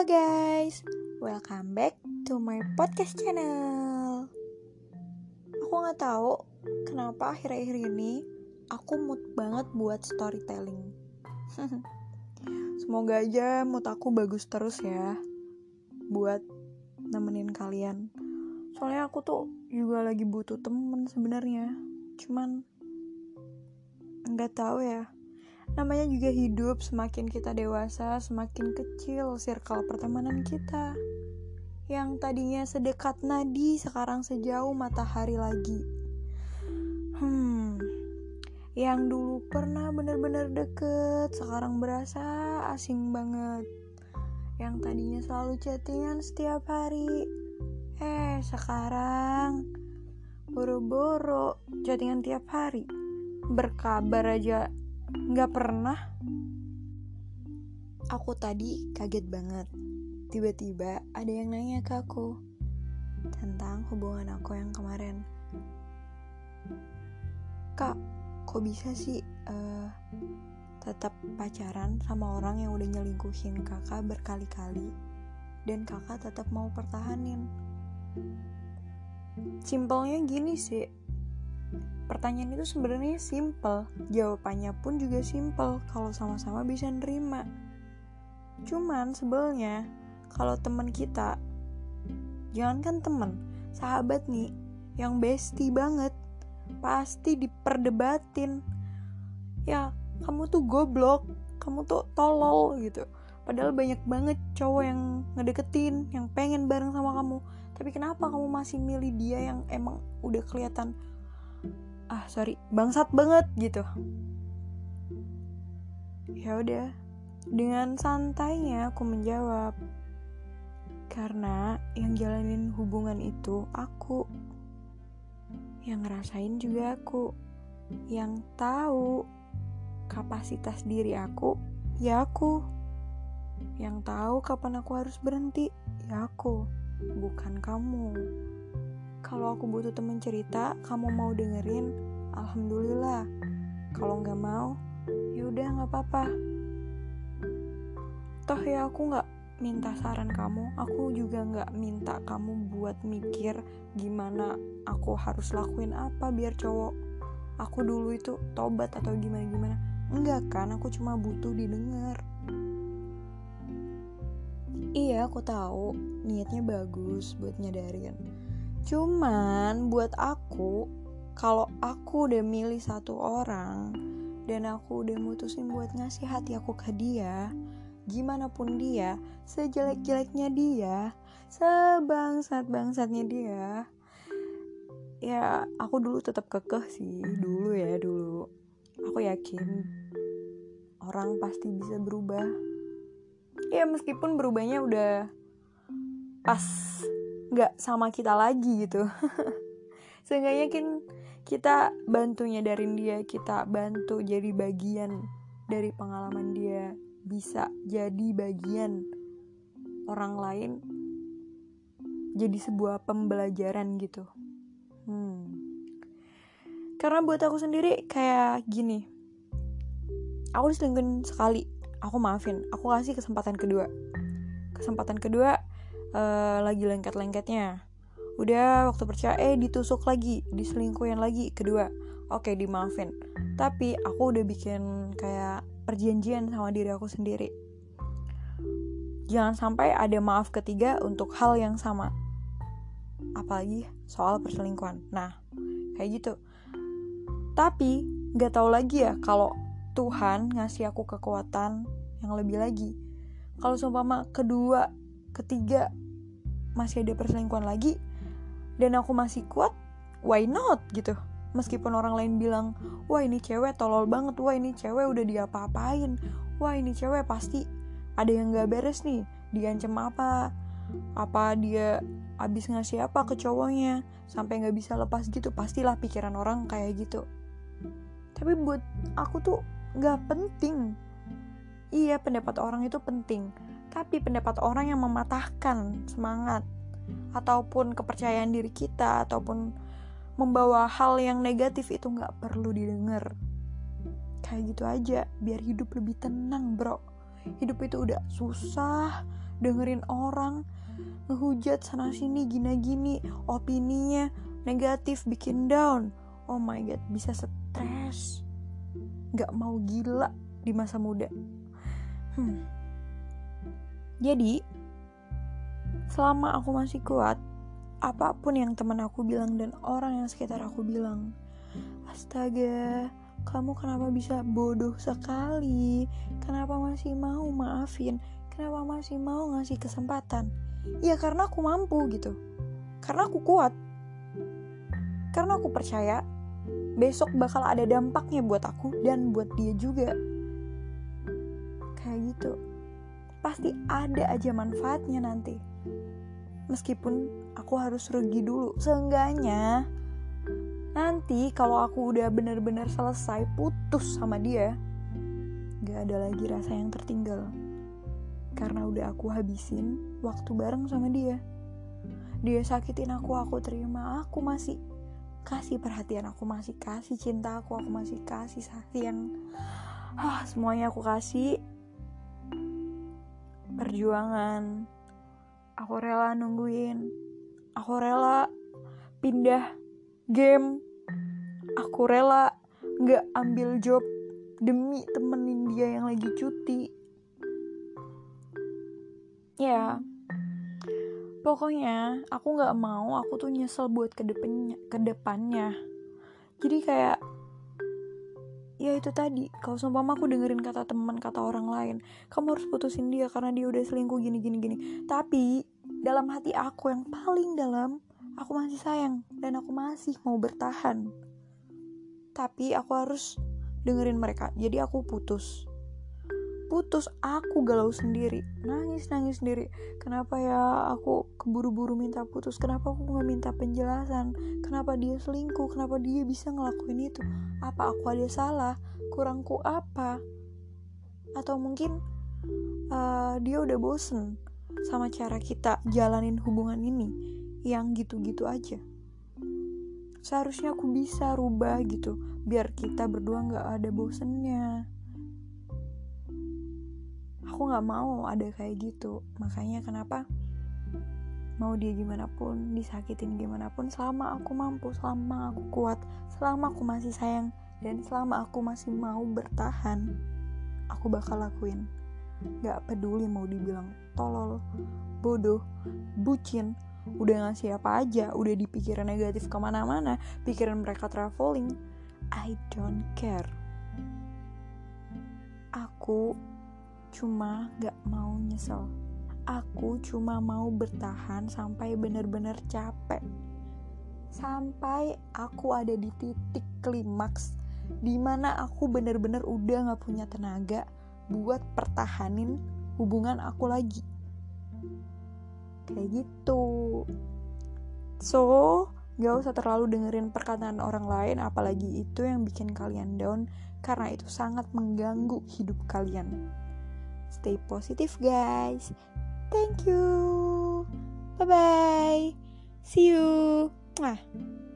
guys, welcome back to my podcast channel. Aku gak tahu kenapa akhir-akhir ini aku mood banget buat storytelling. Semoga aja mood aku bagus terus ya, buat nemenin kalian. Soalnya aku tuh juga lagi butuh temen sebenarnya, cuman nggak tahu ya. Namanya juga hidup, semakin kita dewasa, semakin kecil circle pertemanan kita. Yang tadinya sedekat nadi, sekarang sejauh matahari lagi. Yang dulu pernah benar-benar deket, sekarang berasa asing banget. Yang tadinya selalu chattingan setiap hari, sekarang boro-boro chattingan tiap hari. Berkabar aja nggak pernah. Aku tadi kaget banget. Tiba-tiba ada yang nanya ke aku tentang hubungan aku yang kemarin. Kak, kok bisa sih tetap pacaran sama orang yang udah nyelingkuhin kakak berkali-kali dan kakak tetap mau pertahanin? Simpelnya gini sih. Pertanyaan itu sebenarnya simple, jawabannya pun juga simple kalau sama-sama bisa nerima. Cuman sebelnya kalau teman kita, jangankan teman, sahabat nih, yang bestie banget, pasti diperdebatin. Ya, kamu tuh goblok, kamu tuh tolol gitu. Padahal banyak banget cowok yang ngedeketin, yang pengen bareng sama kamu. Tapi kenapa kamu masih milih dia yang emang udah kelihatan bangsat banget gitu? Ya udah, dengan santainya aku menjawab, karena yang jalanin hubungan itu aku, yang ngerasain juga aku, yang tahu kapasitas diri aku ya aku, yang tahu kapan aku harus berhenti ya aku, bukan kamu. Kalau aku butuh temen cerita, kamu mau dengerin, alhamdulillah. Kalau nggak mau, yaudah nggak apa-apa. Toh ya aku nggak minta saran kamu, aku juga nggak minta kamu buat mikir gimana aku harus lakuin apa biar cowok aku dulu itu tobat atau gimana-gimana. Enggak kan, aku cuma butuh didengar. Iya, aku tahu niatnya bagus buat nyadarin. Cuman buat aku, kalau aku udah milih satu orang dan aku udah mutusin buat ngasih hati aku ke dia, gimana pun dia, sejelek-jeleknya dia, sebangsat-bangsatnya dia, ya aku dulu tetap kekeh sih. Dulu. Aku yakin orang pasti bisa berubah. Ya meskipun berubahnya udah pas gak sama kita lagi gitu. Seenggaknya kan kita bantu nyadarin dia, kita bantu jadi bagian dari pengalaman dia, bisa jadi bagian orang lain, jadi sebuah pembelajaran gitu. Karena buat aku sendiri kayak gini, aku diselingkuhin sekali, aku maafin, aku kasih kesempatan kedua. Lagi lengket-lengketnya, udah waktu percaya ditusuk lagi, diselingkuhin lagi kedua, oke dimaafin. Tapi aku udah bikin kayak perjanjian sama diri aku sendiri, jangan sampai ada maaf ketiga untuk hal yang sama, apalagi soal perselingkuhan. Nah kayak gitu. Tapi gak tahu lagi ya kalau Tuhan ngasih aku kekuatan yang lebih lagi. Kalau seumpama kedua, ketiga masih ada perselingkuhan lagi dan aku masih kuat, why not gitu. Meskipun orang lain bilang, wah ini cewek tolol banget, wah ini cewek udah diapa-apain, wah ini cewek pasti ada yang gak beres nih, diancam apa dia abis ngasih apa ke cowoknya sampai gak bisa lepas gitu. Pastilah pikiran orang kayak gitu. Tapi buat aku tuh gak penting. Iya, pendapat orang itu penting, tapi pendapat orang yang mematahkan semangat ataupun kepercayaan diri kita ataupun membawa hal yang negatif itu gak perlu didengar. Kayak gitu aja, biar hidup lebih tenang bro. Hidup itu udah susah, dengerin orang ngehujat sana sini gini-gini, opininya negatif, bikin down. Oh my god, bisa stres, gak mau gila di masa muda. Jadi selama aku masih kuat, apapun yang teman aku bilang dan orang yang sekitar aku bilang, astaga, kamu kenapa bisa bodoh sekali? Kenapa masih mau maafin? Kenapa masih mau ngasih kesempatan? Ya karena aku mampu gitu. Karena aku kuat. Karena aku percaya besok bakal ada dampaknya buat aku dan buat dia juga. Kayak gitu. Pasti ada aja manfaatnya nanti. Meskipun aku harus rugi dulu. Seenggaknya nanti kalau aku udah benar-benar selesai putus sama dia, gak ada lagi rasa yang tertinggal. Karena udah aku habisin waktu bareng sama dia. Dia sakitin aku terima. Aku masih kasih perhatian, aku masih kasih cinta aku masih kasih sayang. Semuanya aku kasih. Perjuangan. Aku rela nungguin. Aku rela pindah game. Aku rela gak ambil job demi temenin dia yang lagi cuti. Ya, pokoknya aku gak mau aku tuh nyesel buat kedepannya. Jadi kayak, ya itu tadi, kalau seumpama aku dengerin kata teman, kata orang lain, kamu harus putusin dia karena dia udah selingkuh gini. Tapi dalam hati aku yang paling dalam, aku masih sayang dan aku masih mau bertahan. Tapi aku harus dengerin mereka. Jadi aku putus, aku galau sendiri, nangis sendiri. Kenapa ya aku keburu-buru minta putus? Kenapa aku gak minta penjelasan? Kenapa dia selingkuh? Kenapa dia bisa ngelakuin itu? Apa aku ada salah? Kurangku apa? Atau mungkin dia udah bosen sama cara kita jalanin hubungan ini yang gitu-gitu aja. Seharusnya aku bisa rubah gitu, biar kita berdua gak ada bosennya. Aku gak mau ada kayak gitu. Makanya kenapa mau dia gimana pun, disakitin gimana pun, selama aku mampu, selama aku kuat, selama aku masih sayang, dan selama aku masih mau bertahan, aku bakal lakuin. Gak peduli mau dibilang tolol, bodoh, bucin, udah ngasih apa aja, udah dipikiran negatif kemana-mana, pikiran mereka traveling, I don't care. Aku cuma gak mau nyesel. Aku cuma mau bertahan sampai benar-benar capek. Sampai aku ada di titik klimaks dimana aku benar-benar udah gak punya tenaga buat pertahanin hubungan aku lagi. Kayak gitu. So, gak usah terlalu dengerin perkataan orang lain, apalagi itu yang bikin kalian down, karena itu sangat mengganggu hidup kalian. Stay positive guys. Thank you. Bye bye. See you. Mwah.